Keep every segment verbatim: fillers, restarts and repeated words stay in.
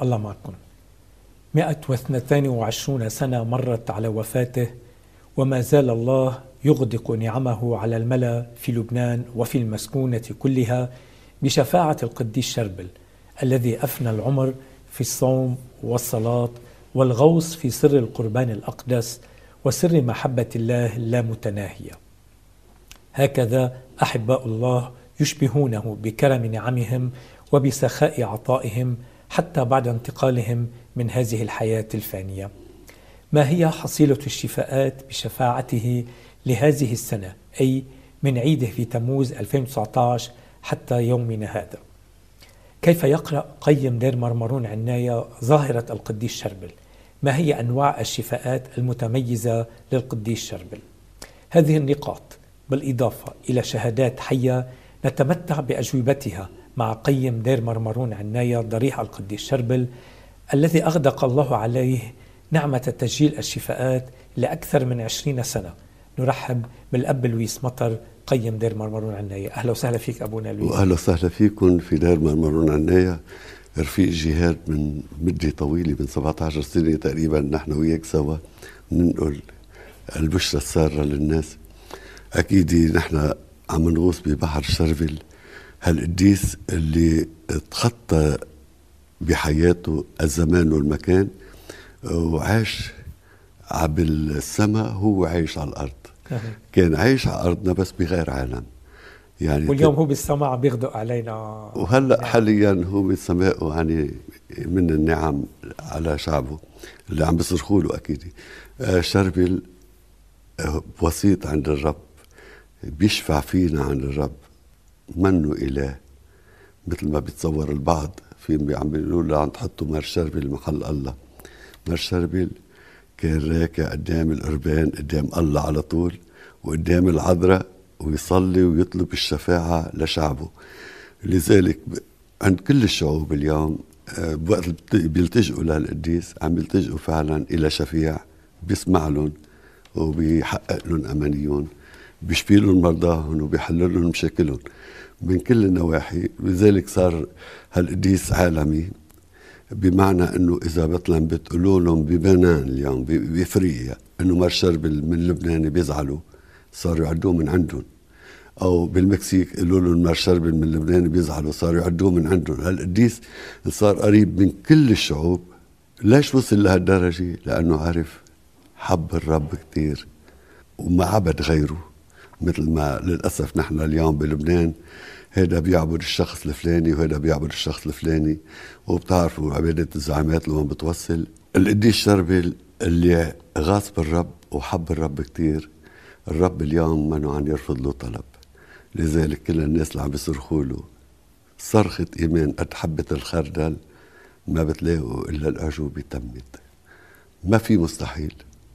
الله معكم. مئة واثنتين وعشرون سنة مرت على وفاته، وما زال الله يغدق نعمه على الملأ في لبنان وفي المسكونة كلها بشفاعة القديس شربل الذي أفنى العمر في الصوم والصلاة والغوص في سر القربان الأقدس وسر محبة الله اللامتناهية. هكذا أحباء الله يشبهونه بكرم نعمهم وبسخاء عطائهم حتى بعد انتقالهم من هذه الحياة الفانية. ما هي حصيلة الشفاءات بشفاعته لهذه السنة، أي من عيده في تموز ألفين وتسعة عشر حتى يومنا هذا؟ كيف يقرأ قيم دير مرمرون عناية ظاهرة القديس شربل؟ ما هي أنواع الشفاءات المتميزة للقديس شربل؟ هذه النقاط بالإضافة إلى شهادات حية نتمتع بأجوبتها مع قيم دير مرمرون عناية ضريح القديس شربل الذي أغدق الله عليه نعمة تسجيل الشفاءات لأكثر من عشرين سنة. نرحب بالأب لويس مطر قيم دير مرمرون عناية. أهلا وسهلا فيك أبونا لويس. وأهلا وسهلا فيكم في دير مرمرون عناية، رفيق جهاد من مدة طويلة، من سبعة عشر سنة تقريبا نحن وياك سوا ننقل البشرة السارة للناس. أكيد نحن عم نغوص ببحر شربل، هالقديس اللي تخطى بحياته الزمان والمكان وعاش بالسماء، هو عايش على الأرض. كان عايش على أرضنا بس بغير عالم يعني، واليوم هو بالسماء عم بيغدق علينا، وهلأ نعم. حاليا هو بالسماء يعني من النعم على شعبه اللي عم بيصرخوا له. أكيد شربل وسيط عند الرب، بيشفع فينا عند الرب، منه إله مثل ما بيتصور البعض. في عم بيقولوا عم تحطوا مار شربل محل الله. مار شربل كان راكع قدام القربان، قدام الله على طول، وقدام العذراء، ويصلي ويطلب الشفاعة لشعبه. لذلك عند كل الشعوب اليوم بوقت بيلتجئوا للقديس عم بيلتجئوا فعلا إلى شفيع بيسمع لهم وبيحقق لهم أمانيهم، بيشفي لهم مرضاهم وبيحل لهم مشاكلهم من كل النواحي. لذلك صار هالقديس عالمي، بمعنى انه اذا مثلا بتقولوا لهم ببنان اليوم بافريقيا انه مار شربل من لبنان بيزعلوا، صاروا يعدوه من عندهم. او بالمكسيك قالوا لهم مار شربل من لبنان بيزعلوا، صاروا يعدوه من عندهم. هالقديس صار قريب من كل الشعوب. ليش وصل لهالدرجه؟ لانه عرف حب الرب كتير وما عبد غيره. مثل ما للأسف نحن اليوم بلبنان هذا بيعبد الشخص الفلاني وهذا بيعبد الشخص الفلاني، وبتعرفوا عبادة الزعامات لما بتوصل. القديس شربل اللي غاص بالرب وحب الرب كتير، الرب اليوم منه عم يرفض له طلب. لذلك كل الناس اللي عم بيصرخوا له صرخة إيمان قد حبة الخردل ما بتلاقوا إلا الأعجوبة تمت. ما في مستحيل،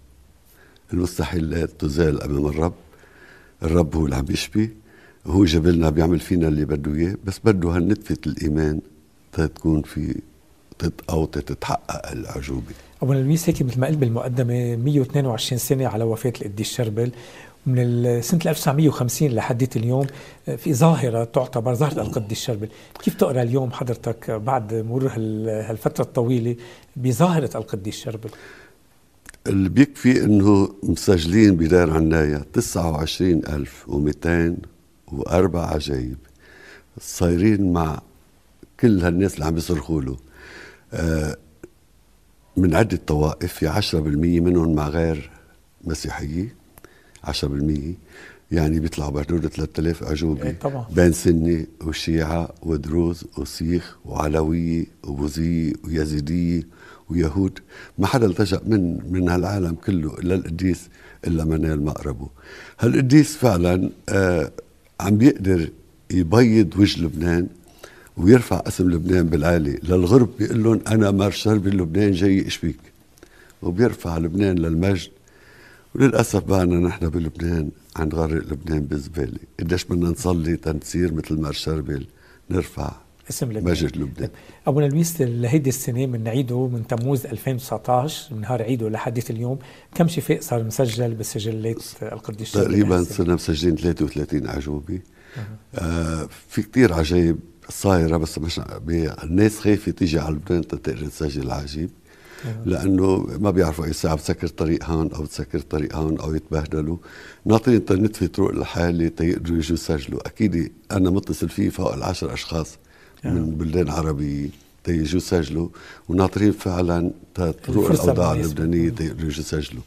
المستحيلات تزال أمام الرب. الرب هو اللي عم بيشفي، هو جبلنا بيعمل فينا اللي بده اياه، بس بده هالنتفة الإيمان تكون في أو تتحقق الأعجوبة. أبونا لويس، هيك مثل ما قلت بالمقدمة مئة واثنين وعشرين سنة على وفاة القديس شربل، من سنة ألف وتسعمئة وخمسين لحد اليوم في ظاهرة تعتبر ظاهرة القديس شربل. كيف تقرأ اليوم حضرتك بعد مرور هالفترة الطويلة بظاهرة القديس شربل؟ اللي بيكفي انه مسجلين بدار عناية تسعة وعشرين ألف ومئتين وأربع عجائب صايرين مع كل هالناس اللي عم بيصرخوا له. آه من عدة طوائف، في عشرة بالمية منهم مع غير مسيحية، عشرة بالمية يعني بيطلعوا بحدود ثلاثة آلاف أعجوبة بين سني وشيعة ودروز وسيخ وعلوية وبوذية ويزيدية ويهود. ما حدا التجأ من من هالعالم كله إلا القديس إلا منال مقربه. هالقديس فعلا آه عم بيقدر يبيض وجه لبنان ويرفع اسم لبنان بالعالي للغرب. بيقول لهم أنا مار شربل لبنان جاي أشفيك، وبيرفع لبنان للمجد. وللأسف بعنا نحن بلبنان عن غرق لبنان بالزبالة. قديش بدنا نصلي تنصير مثل مار شربل نرفع اسم لبنان، مجد لبنان. أبونا لويس، لهيدي السنة من عيده من تموز ألفين وتسعة عشر من نهار عيده لحد اليوم كم شفاء صار مسجل بسجلات القديس شربل؟ تقريبا صرنا مسجلين ثلاثة وثلاثين أعجوبة. أه. آه في كتير عجائب صايرة، بس مش الناس خايفة تيجي على لبنان تقدر تسجل العجيب، لأنه ما بيعرفوا أي ساعة بتسكر طريق هون أو بتسكر طريق هون أو يتبهدلوا. ناطرين انترنت في طرق الحالة تيقدروا يجوا يسجلوا. أكيد أنا متصل فيه فوق العشر أشخاص من بلدان عربية تيجوا يسجلوا، وناطرين فعلا طرق الأوضاع اللبنانية تيقدروا يجوا يسجلوا.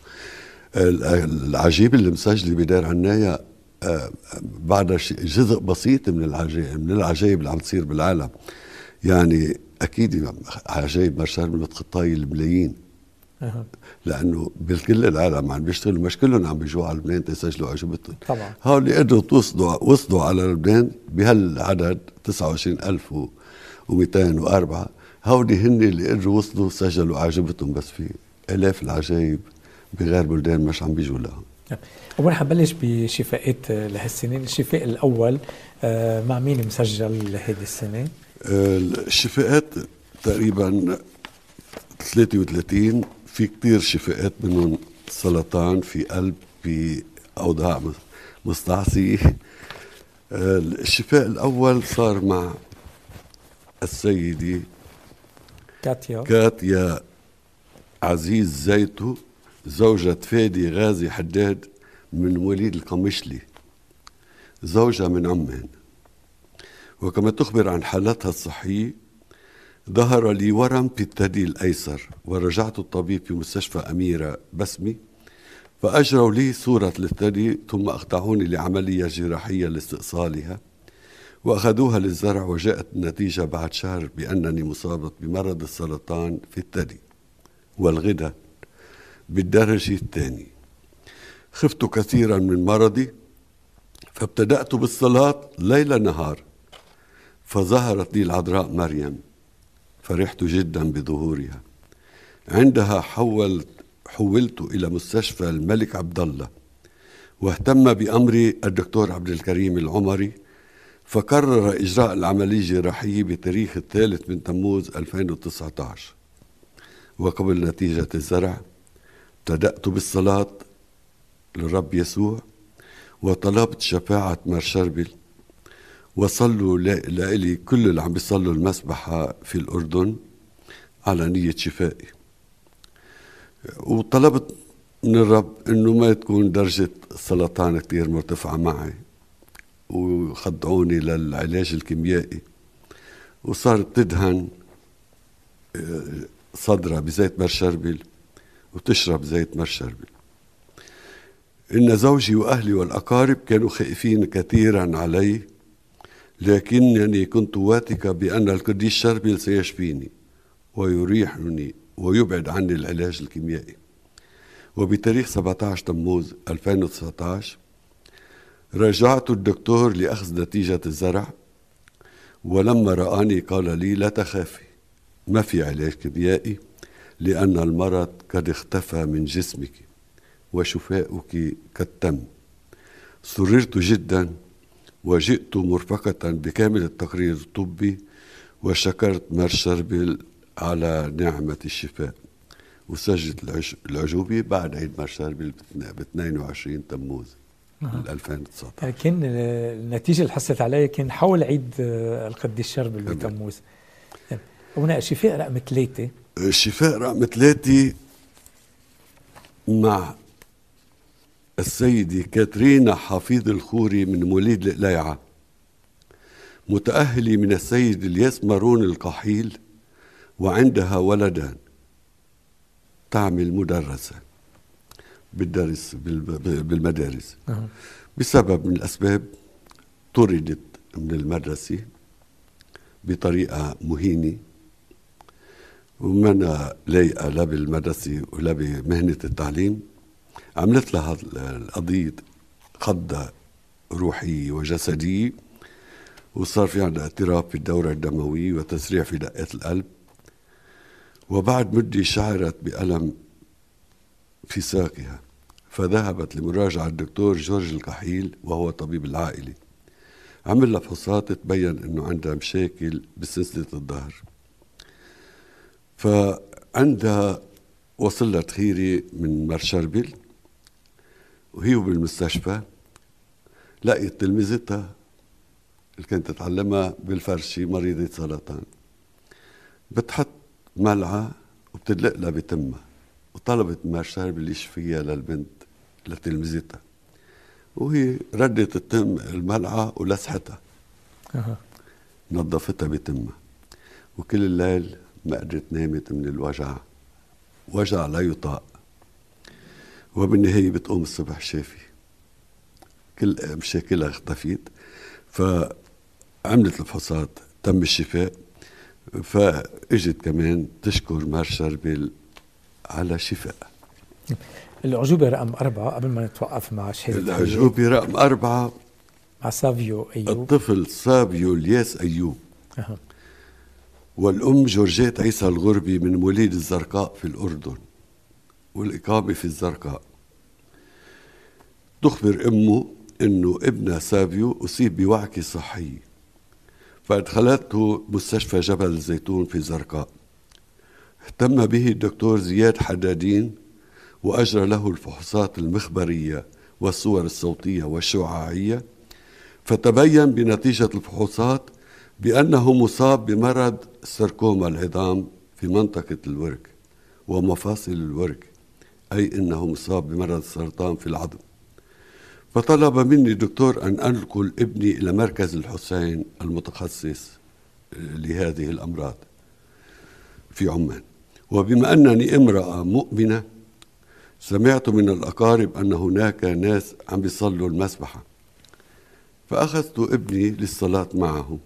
العجيب اللي مسجلة بدار عناية بعد جزء بسيط من العجائب من العجائب اللي عم تصير بالعالم. يعني أكيد عجائب مرشال من بتخطاي الملايين، أه. لأنه بكل العالم عم بيشتغلوا، مش كلهم عم بيجوا على لبنان تسجلوا عجبتهم. طبعا هول اللي قدروا توصلوا وصلوا على لبنان بهالعدد تسعة وعشرين ألف ومئتين وأربعة، هول هن اللي قدروا وصلوا سجلوا عجبتهم، بس في آلاف العجائب بغير بلدان مش عم بيجوا لها. أول حنبلش بشفاءات لهالسنة. الشفاء الأول مع مين مسجل هذه السنة؟ الشفاءات تقريبا ثلاثة وثلاثين، في كتير شفاءات منهم سرطان في قلب بأوضاع مستعصية. الشفاء الأول صار مع السيدة كاتيا كاتيا عزيز زيتو، زوجة فادي غازي حداد من وليد القمشلي، زوجة من عمان. وكما تخبر عن حالتها الصحية: ظهر لي ورم في الثدي الأيسر، ورجعت الطبيب في مستشفى أميرة بسمي، فأجروا لي صورة للثدي، ثم أخضعوني لعملية جراحية لاستئصالها، وأخذوها للزرع، وجاءت النتيجة بعد شهر بأنني مصابة بمرض السرطان في الثدي والغدة بالدرجة الثانية. خفت كثيرا من مرضي، فابتدأت بالصلاة ليل نهار، فظهرت لي العذراء مريم، فرحت جدا بظهورها. عندها حولت حولت إلى مستشفى الملك عبد الله، واهتم بأمري الدكتور عبد الكريم العمري، فقرر إجراء العملية الجراحية بتاريخ الثالث من تموز ألفين وتسعة عشر. وقبل نتيجة الزرع ابتدأت بالصلاة للرب يسوع، وطلبت شفاعة مار شربل، وصلوا لإلي كل اللي عم بيصلوا المسبحة في الأردن على نية شفائي. وطلبت من الرب إنه ما تكون درجة السرطان كتير مرتفعة معي، وخضعوني للعلاج الكيميائي، وصارت تدهن صدرها بزيت مار شربل وتشرب زيت مار شربل. إن زوجي وأهلي والأقارب كانوا خائفين كثيرا علي، لكنني كنت واثقة بأن القديس شربل سيشفيني ويريحني ويبعد عني العلاج الكيميائي. وبتاريخ سبعة عشر تموز ألفين وتسعة عشر رجعت الدكتور لأخذ نتيجة الزرع، ولما رآني قال لي: لا تخافي، ما في علاج كيميائي، لأن المرض قد اختفى من جسمك وشفاؤك قد تم. سررت جدا، وجئت مرفقة بكامل التقرير الطبي، وشكرت مار شربل على نعمة الشفاء. وسجلت العجوبة بعد عيد مار شربل ب اثنين وعشرين تموز ألفين وتسعة عشر. كان النتيجة اللي حصلت عليها كان حول عيد القديس شربل بتموز. هنا الشفاء رقم ثلاثة. الشفاء رقم ثلاثة مع السيدة كاترينا حفيظ الخوري من مواليد القلايعة، متأهلة من السيد الياس مارون القحيل، وعندها ولدان، تعمل مدرسة بالدرس بالمدارس. أه. بسبب من الأسباب طردت من المدرسة بطريقة مهينة، ومنا لايقة لا بالمدرسة ولا بمهنة التعليم. عملت لها القضية خضة روحية وجسدية، وصار في عندها اضطراب في الدورة الدموية وتسريع في دقات القلب. وبعد مدة شعرت بألم في ساقها، فذهبت لمراجعة الدكتور جورج القحيل وهو طبيب العائلة. عمل لها فحوصات تبين انه عندها مشاكل بسلسلة الظهر. فعندها وصل لها تخيري من مار شربل، وهي بالمستشفى لقيت تلميذتها اللي كنت أتعلمها بالفرشي مريضة سرطان. بتحط ملعقة وبتدلق لها بتمها، وطلبت مار شربل يشفيها للبنت لتلمذتها، وهي ردت التم الملعقة ولسحتها أه. نظفتها بتمها، وكل الليل ما قدرت نامت من الوجع، وجع لا يطاق. وبالنهاية بتقوم الصبح شافي، كل مشاكلها اختفت، فعملت الفحوصات تم الشفاء. فاجت كمان تشكر مار شربل على شفاء. الأعجوبة رقم أربعة قبل ما نتوقف مع شهادة الأعجوبة رقم أربعة مع سافيو أيوب، الطفل سافيو الياس أيوب. أه. والأم جورجيت عيسى الغربي من مواليد الزرقاء في الأردن والإقامة في الزرقاء. تخبر أمه أنه ابنها سافيو أصيب بوعكة صحية، فأدخلته مستشفى جبل الزيتون في زرقاء. اهتم به الدكتور زياد حدادين وأجرى له الفحوصات المخبرية والصور الصوتية والشعاعية، فتبين بنتيجة الفحوصات بأنه مصاب بمرض ساركوما العظام في منطقة الورك ومفاصل الورك، أي أنه مصاب بمرض السرطان في العظم. فطلب مني الدكتور أن أنقل ابني إلى مركز الحسين المتخصص لهذه الأمراض في عمان. وبما أنني امرأة مؤمنة، سمعت من الأقارب أن هناك ناس عم بيصلوا المسبحة، فأخذت ابني للصلاة معهم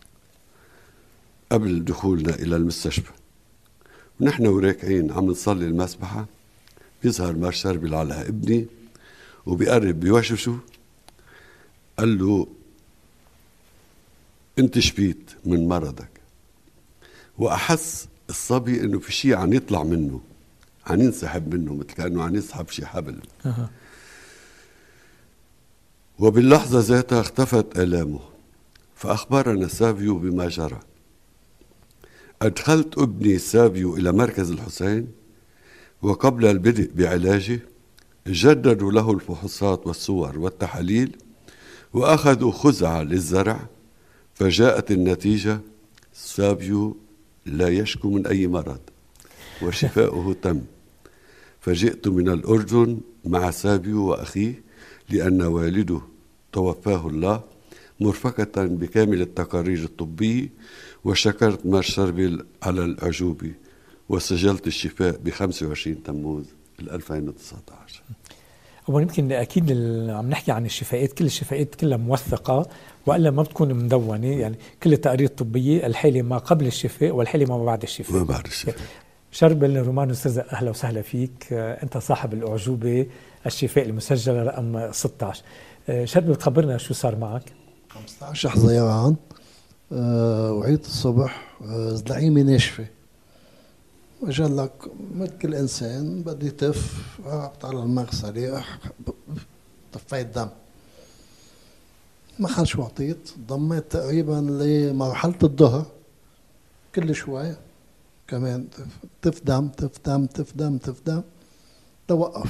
قبل دخولنا إلى المستشفى. ونحن وراكعين عم نصلي المسبحة، بيظهر مار شربل على ابني وبيقرب بيوشوشه، قال له انت شفيت من مرضك. وأحس الصبي انه في شيء عم يطلع منه، عم ينسحب منه، مثل كأنه عم يسحب شيء حبل. أه. وباللحظة ذاتها اختفت آلامه، فأخبرنا سافيو بما جرى. أدخلت ابني سافيو إلى مركز الحسين، وقبل البدء بعلاجه جددوا له الفحوصات والصور والتحاليل، وأخذوا خزعة للزرع، فجاءت النتيجة: سافيو لا يشكو من أي مرض وشفاؤه تم. فجئت من الأردن مع سافيو وأخيه لأن والده توفاه الله، مرفقة بكامل التقارير الطبية، وشكرت مار شربل على الأعجوبة، وسجلت الشفاء ب خمسة وعشرين تموز ألفين وتسعة عشر. هو يمكن أكيد عم نحكي عن الشفاءات، كل الشفاءات كلها موثقة وإلا ما بتكون مدونة، يعني كل التقارير الطبية، الحالة ما قبل الشفاء والحالة ما بعد الشفاء. ما بعد الشفاء. شربل رومان أستاذ، أهلا وسهلا فيك. أنت صاحب الأعجوبة الشفاء المسجلة رقم ستة عشر. شربل تخبرنا شو صار معك؟ خمسة عشر حزيران. أه وعيت الصبح، أه زلعيمي ناشفة، وجال لك مثل كل إنسان بدي تف، رحت على المغسلة طفيت دم، ما خل شو عطيت، ضميت تقريبا لمرحلة الظهر، كل شوي كمان تف دم تف دم تف دم تف دم توقف.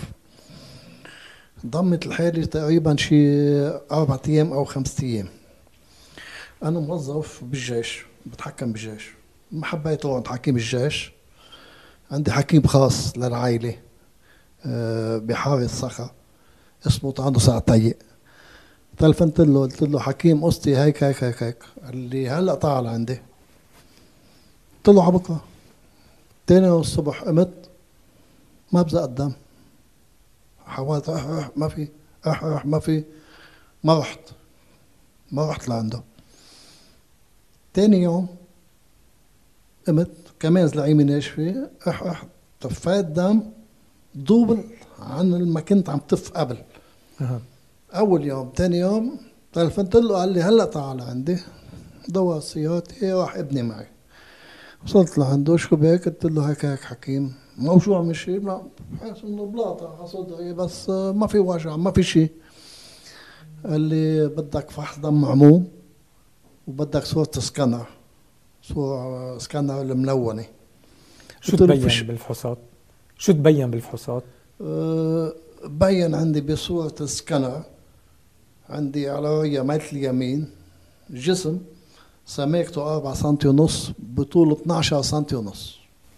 ضمت الحالة تقريبا شي أربعة أيام أو خمسة أيام. أنا موظف بالجيش، بتحكم بالجيش، ما حبيت أقعد حكيم الجيش، عندي حكيم خاص للعائلة بحارة صخا اسمه عنده ساعتين. تلفنت له قلت له حكيم قصتي هيك هيك هيك هيك، قال لي هلا تعال عندي. قلت له عبقرة. تاني يوم الصبح قمت ما بزق الدم، حاولت اروح اروح ما في، اروح اروح ما في، ما رحت ما رحت لعنده. تاني يوم قمت كمان زلعيمي ناشفة، اح اح طفيت دم دوبل عن ما كنت عم تف قبل. أه. أول يوم. تاني يوم تلفنت له قال لي هلا تعال عندي، دور سيارتي، راح ابني معي. وصلت لعنده، شو بك؟ قلت له هيك هيك حكيم، موجوع من شيء؟ لا، بحس انه بلاطة على صدري بس ما في وجع ما في شيء. قال لي بدك فحص دم عموم وبدك صورة سكانر، صورة سكانر الملونة. شو تبين بالفحوصات؟ شو تبين بالفحوصات؟ أه بين عندي بصورة السكانر، عندي على رؤية ميل اليمين الجسم سماكته أربعة سنتي ونص بطوله اثنا عشر سنتي ونص.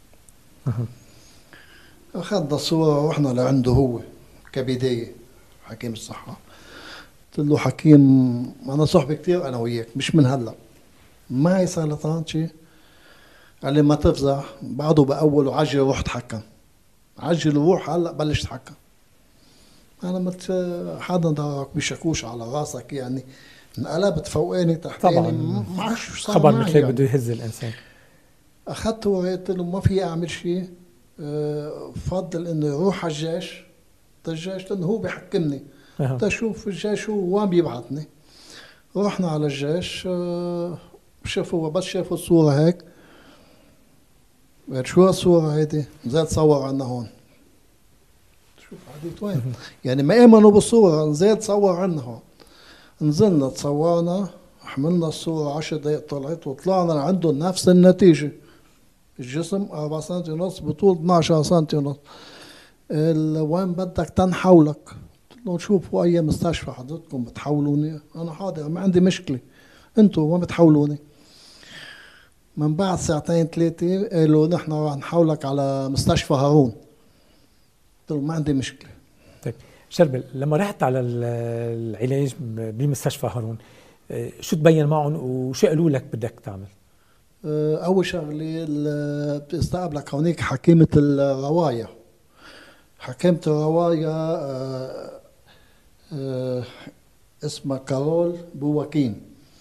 أخذنا الصورة ورحنا لعنده هو كبداية حكيم الصحة. قلت له حكيم أنا صحبي كتير أنا وياك مش من هلا معي سرطان شي. قال لي ما تفزع بعده بأول وعجل روح تحكم. عجل روح هلا بلش تحكم. أنا مت حدا ضرك بشكوش على راسك يعني انقلبت فوقاني تحتاني ما عادش شو صار خبر معي مثل يعني. بده يهز الإنسان. أخذته وقلت له ما في أعمل شيء، أه فضل إنه يروح على الجيش. الجيش لأنه هو بيحكمني أه. تشوف الجيش هو وين بيبعتني. رحنا على الجيش أه شافوا بس شافوا الصورة هيك قال شو الصورة هيدي؟ نزل تصور عنا هون. شوف عديت وين؟ يعني ما آمنوا بالصورة نزل تصور عنا هون. نزلنا تصورنا حملنا الصورة عشر دقايق طلعت وطلعنا لعندهم نفس النتيجة. الجسم أربعة سنتي ونص بطول اثنا عشر سنتي ونص. وين بدك تنحولك؟ قلت له شوفوا أي مستشفى حضرتكم بتحولوني أنا حاضر ما عندي مشكلة أنتوا ما بتحولوني. من بعد ساعتين ثلاثة قالوا نحن راح نحولك على مستشفى هارون. قلت له ما عندي مشكلة. طيب شربل لما رحت على العلاج بمستشفى هارون شو تبين معهم وشو قالوا لك بدك تعمل؟ أول شغلة بتستقبلك هونيك حكيمة الرواية. حكيمة الرواية أه أه اسمها كارول بوواكين.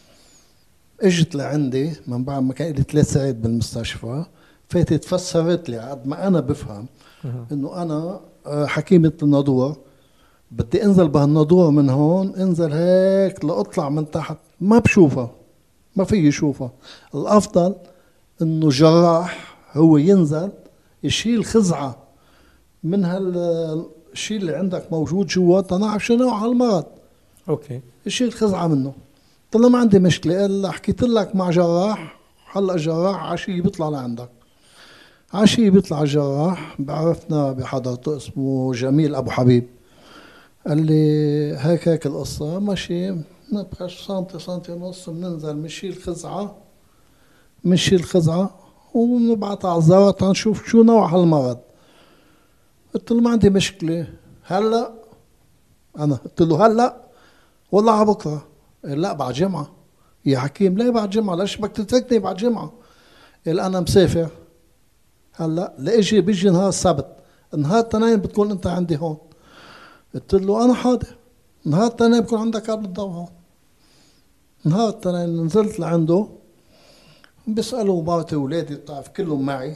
اجت لعندي من بعد ما كان لي ثلاث ساعات بالمستشفى فاتت فسرت لي عاد ما أنا بفهم إنه أنا حكيمة النادور بدي انزل بهالنادور من هون انزل هيك لاطلع من تحت ما بشوفها ما في يشوفها. الافضل انه جراح هو ينزل يشيل خزعة من هالشيء اللي عندك موجود جوا تنعرف شنو هالمرض. اوكي يشيل خزعة منه. قلت له ما عندي مشكلة الا حكيت لك مع جراح هلا الجراح عشية بيطلع لعندك. عشية بيطلع الجراح بعرفنا بحضرته اسمه جميل ابو حبيب. قال لي هيك هيك القصة ماشي نبقى سنتي سنتي ونص بننزل منشيل خزعة منشيل خزعة ونبعث على الزارة تنشوف شو نوع هالمرض. قلت له ما عندي مشكلة هلا أنا قلت له هلا ولا على بكرة؟ قال لا بعد جمعة. يا حكيم ليه بعد جمعة؟ ليش بدك تتركني بعد جمعة؟ قال أنا مسافر هلا لإجي بيجي نهار السبت نهار التنين بتكون أنت عندي هون. قلت له أنا حاضر نهار التنين بكون عندك قبل الضوء هون. نهار التنين نزلت لعنده بيسألوا مرتي وولادي بتعرف كلهم معي.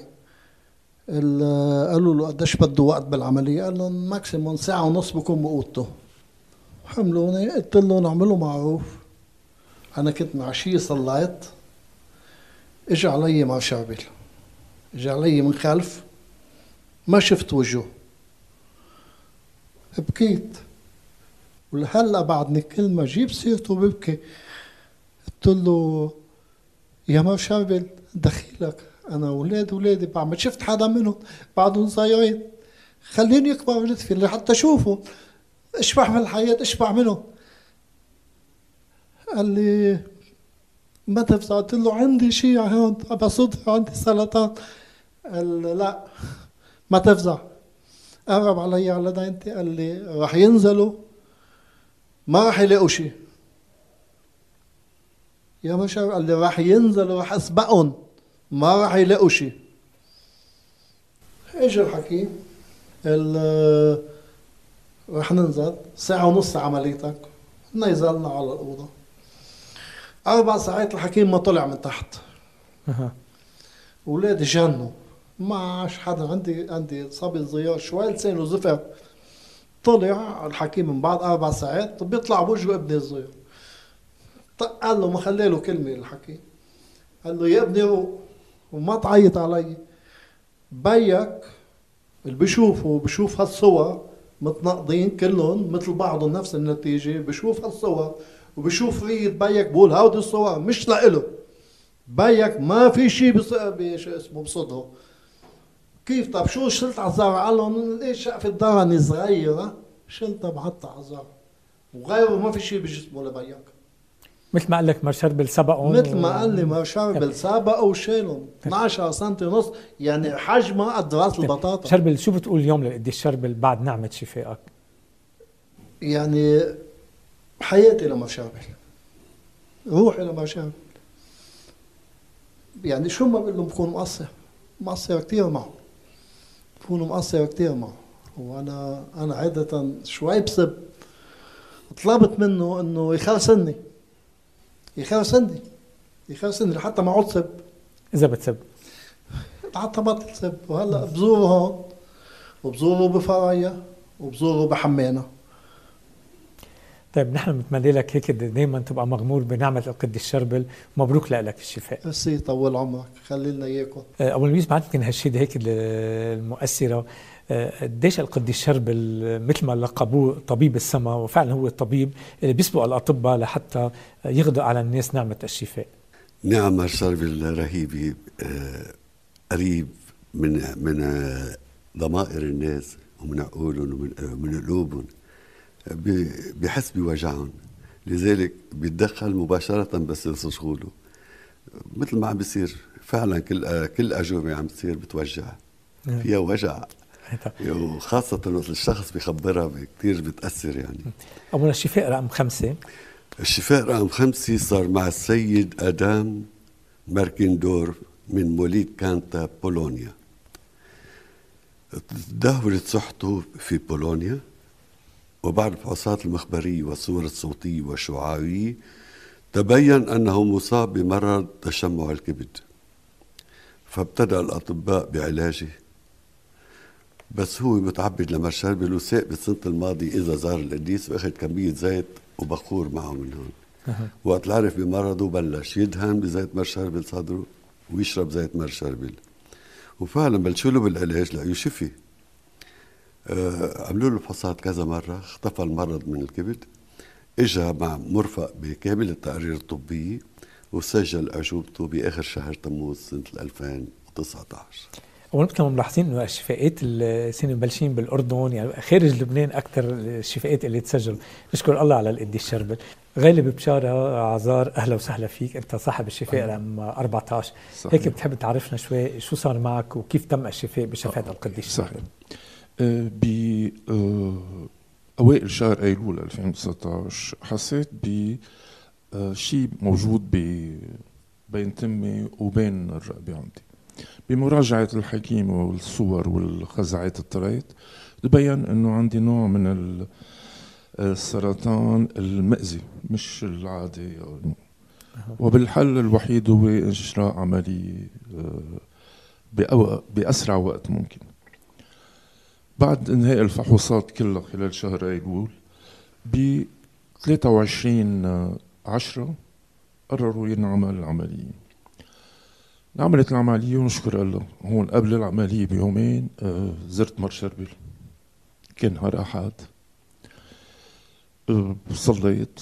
قالوا له قديش بده وقت بالعملية؟ قال لهم ماكسيموم ساعة ونص بكون بقوته. حملوني قلت له نعمله معروف أنا كنت مع شي صليت إجا علي مع شربل إجا علي من خلف ما شفت وجهه بكيت ولهلا بعدني كل ما جيب سيرته ببكي. قلت له يا مار شربل دخيلك انا اولاد اولادي بعد ما شفت حدا منهم بعدهم صغيرين خليني يكبر لطفي لحتى اشوفه ايش بعمل الحياه ايش بعمله. قال لي ما تفزع. قلت له عندي شيء هون بصدق عندي سرطان. قال لا ما تفزع. قرب علي على داينتي قال لي راح ينزلوا ما راح يلاقوا شيء. يا بشر قال لي راح ينزلوا راح اسبقهم ما راح يلاقوا شيء. اجى الحكيم قال راح ننزل ساعة ونص عمليتك. نزلنا على الأوضة أربع ساعات الحكيم ما طلع من تحت. أولادي جنوا ما عاش حدا. عندي عندي صبي صغير شوي لسانه زفر. طلع الحكيم من بعد أربع ساعات بيطلع بوجهه ابني الصغير. قال له ما خلى له كلمة الحكيم. قال له يا ابني روق وما تعيط علي. بيك اللي بيشوفوا بيشوف هالصور متناقضين كلهم مثل بعضهم نفس النتيجة. بيشوف هالصور وبيشوف ريد بيك بقول هودي الصور مش لإله. بيك ما في شيء بش اسمه بصدره. كيف طب شو شلت على الزرع؟ قال لهم ليش شقفة درني صغيرة شلتها بحطها على الزرع وغيره ما في شيء بجسمه لبيك. مثل ما قال لك مار شربل سبقهم مثل ما قال لي مار شربل سبقوا وشالهم اثنعش سنتي ونص، يعني حجمها قد راس البطاطا. شربل شو بتقول اليوم للقديس شربل بعد نعمة شفائك؟ يعني حياتي لمار شربل، روحي لمار شربل. يعني شو ما بقول لهم بكون مقصر مقصر كتير معه، بكون مقصر كتير معه. وانا انا عادة شوي بسب، طلبت منه انه يخرسني يخرسني يخرسني لحتى ما عود سب. اذا بتسب حتى بطل سب. وهلا بزوره هون وبزوره بفرايا وبزوره بحمانة. طيب نحن بنتمنى لك هيك دائما تبقى مغمور بنعمة القديس شربل، ومبروك لك الشفاء. ميرسي، طول عمرك، خلي لنا اياكم. اول ميز بعد يمكن هالشيء هيك المؤثرة، قديش القديس شربل مثل ما لقبوه طبيب السماء، وفعلا هو الطبيب اللي بيسبق الأطباء لحتى يغدق على الناس نعمة الشفاء. نعم مار شربل رهيبة، قريب من من ضمائر الناس ومن عقولهم ومن من قلوبهم، بيحس بوجعهم، لذلك بيتدخل مباشرة بس يصرخوا له، مثل ما عم بيصير فعلا. كل كل أجوبة عم بتصير بتوجع، فيها وجع، وخاصة وقت الشخص بيخبرها كتير بتأثر. يعني أولا الشفاء رقم خمسة. الشفاء رقم خمسة صار مع السيد آدام ماركندورف من موليد كانتا بولونيا. تدهورت صحته في بولونيا، وبعد الفحوصات المخبرية والصور الصوتية والشعاعية تبين أنه مصاب بمرض تشمع الكبد، فابتدأ الأطباء بعلاجه. بس هو متعبد لمار شربل وساق بالسنة الماضية إذا زار القديس وأخذ كمية زيت وبخور معه من هون. وقت العرف بمرضه بلش يدهن بزيت مار شربل صدره ويشرب زيت مار شربل، وفعلا بلشوا له بالعلاج لقيوا شفي. آه عملوا له فحوصات كذا مرة، اختفى المرض من الكبد، اجا مع مرفق بكامل التقارير الطبية وسجل أعجوبته بآخر شهر تموز سنة ألفين وتسعة عشر. أولا كنا ملاحظين إنه الشفاءات اللي مبلشين بالأردن، يعني خارج لبنان أكثر الشفاءات اللي تسجل. نشكر الله على القديس شربل. غالب بشارة عزار، أهلا وسهلا فيك، أنت صاحب الشفاء رقم أربعة عشر. صحيح. هيك بتحب تعرفنا شوي شو صار معك وكيف تم الشفاء بشفاعة القديس شربل؟ أه بأوائل شهر أيلول ألفين وتسعة عشر حسيت بشيء موجود بين تمي وبين الرقبة عندي. بمراجعة الحكيم والصور والخزعات الطريت تبين أنه عندي نوع من السرطان المأذي مش العادي، وبالحل الوحيد هو إجراء عملية بأسرع وقت ممكن. بعد انهاء الفحوصات كلها خلال شهر أيلول ب ثلاثة وعشرين عشرة قرروا ينعمل العملية. عملت العملية ونشكر الله. هون قبل العملية بيومين آه زرت مار شربل، كان نهار أحد، آه صليت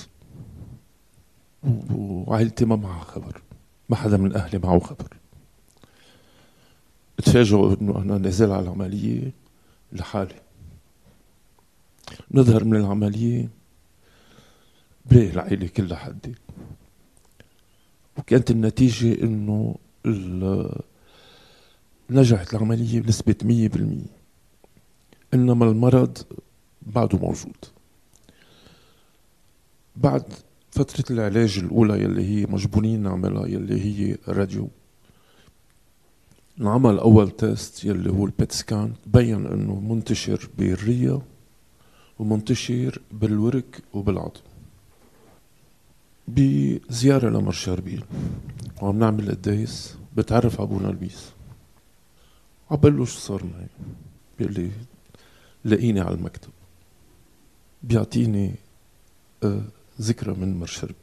وعائلتي ما معها خبر، ما حدا من أهلي معه خبر. اتفاجئوا إنه أنا نازل على العملية لحالي. نظهر من العملية بلاقي العائلة كلها حدي، وكانت النتيجة إنه نجحت العملية بنسبة مية بالمية، إنما المرض بعده موجود. بعد فترة العلاج الأولى يلي هي مجبورين نعملها يلي هي راديو، نعمل أول تيست يلي هو البيت سكان، بيّن إنه منتشر بالرئة ومنتشر بالورك وبالعظم. بزيارة لمار شربل وعم نعمل قدايس بتعرف أبونا لبيس، عبلو شو صار معي، بيقلي لاقيني على المكتب بيعطيني آه ذكرى من مار شربل،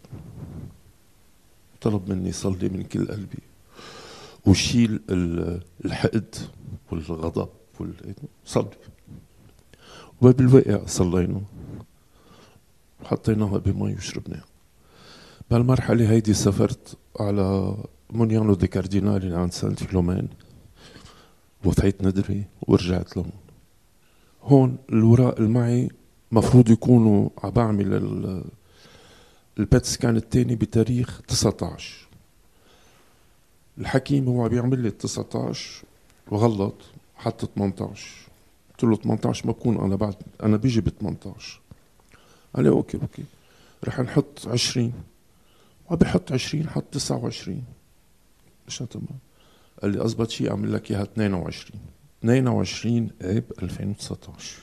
طلب مني صلي من كل قلبي وشيل الحقد والغضب صلي. وبالواقع صلينا وحطيناها بمي وشربناها. بالمرحلة هيدي سافرت على مونيانو دي كاردينالي عند سانت فيلومين، وفيت ندري ورجعت لهم. هون الوراق المعي مفروض يكونوا عبعمل البات سكان الثاني بتاريخ تسعة عشر. الحكيم هو بيعمل لي تسعة عشر وغلط، حط ثمانية عشر. قلت له ثمانية عشر ما بكون انا بعد، انا بيجي ب ثمانية عشر. قال لي اوكي اوكي رح نحط عشرين، وبحط عشرين حط تسعة وعشرين. مش تمام. قال لي اضبط شيء اعمل لك اياها اثنين وعشرين. اثنين وعشرين اب ألفين وتسعة عشر.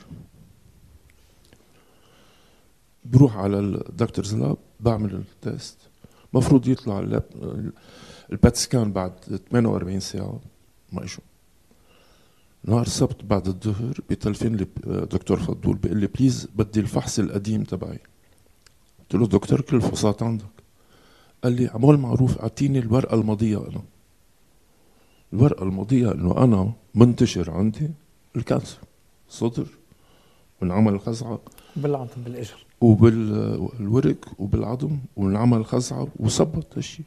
بروح على الدكتورز لاب بعمل التست، مفروض يطلع اللاب البات سكان بعد ثمانية وأربعين ساعة، ما اجوا. نهار السبت بعد الظهر بيتلفن لي دكتور فضول بيقول لي بليز بدي الفحص القديم تبعي. قلت له دكتور كل الفحوصات عندك. قال لي عمول معروف اعطيني الورقة الماضية. انا الورقة الماضية انه انا منتشر عندي الكانسر صدر وانعمل خزعة بالعظم بالاجر وبالورك وبالعظم وانعمل خزعة وصبت هالشي.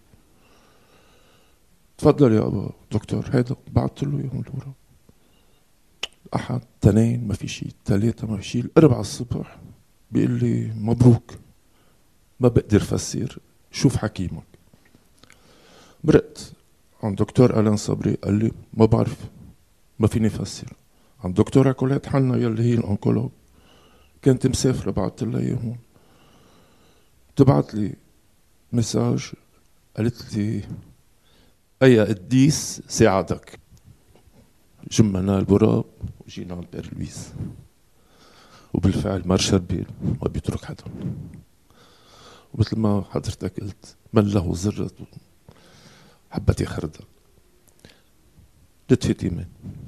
تفضل يا ابا دكتور هيدا. بعت له اياهم الورق. احد تنين ما في شيء، ثلاثة ما في شيء، الاربعاء الصبح بيقول لي مبروك ما بقدر فسر، شوف حكيمك. مرقت عند دكتور ألان صبري قال لي ما بعرف ما فيني فسر. عند دكتورة كوليت حنا يلي هي الأنكولوج كانت مسافرة بعت لها إياه هون. تبعت لي مساج قالت لي أي قديس ساعدك. جمعنا البراب وجينا على بير لويس، وبالفعل مار شربيل ما بيترك حدا، ومثل ما حضرتك قلت من له ذرة حبة خردل نتفة إيمان،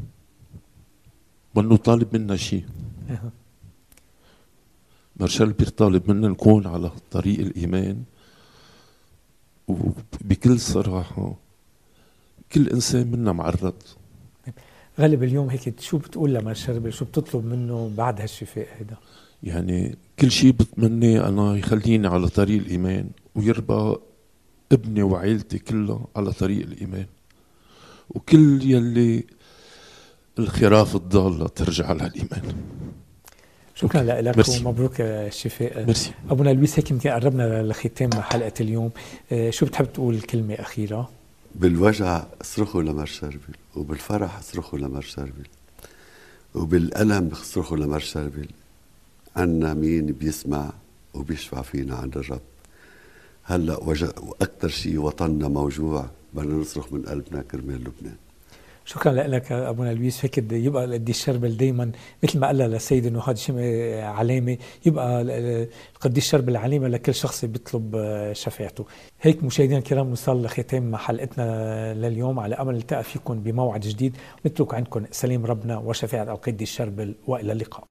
وأنه طالب منا شيء. مارشال بير طالب منا نكون على طريق الإيمان، وبكل صراحة كل إنسان منا معرض. غالب اليوم هيك شو بتقول لمارشال، شو بتطلب منه بعد هالشفاء هيدا؟ يعني كل شيء بتمنيه أنا يخليني على طريق الإيمان ويربى ابني وعائلتي كلها على طريق الإيمان، وكل يلي الخراف الضالة ترجع على الإيمان. شكرا لك ومبروك الشفاء. مرسي. أبونا لويس هيك يمكن قربنا لختام حلقة اليوم، شو بتحب تقول كلمة أخيرة؟ بالوجع اصرخوا لمار شربيل، وبالفرح اصرخوا لمار شربيل، وبالألم اصرخوا لمار شربيل. عنا مين بيسمع وبيشفع فينا عند الرب. هلأ وجع وأكثر شيء وطننا موجوع، بدنا نصرخ من قلبنا كرمال لبنان. شكرا لك أبونا لويس. هيك يبقى القديس شربل دايما مثل ما قال للسيد انه هذا شيء علامه، يبقى القديس شربل علامه لكل شخص بيطلب شفاعته. هيك مشاهدينا الكرام نوصل لختام حلقتنا لليوم، على امل نلتقي فيكم بموعد جديد، نترك عندكم سلام ربنا وشفاعه القديس شربل، والى اللقاء.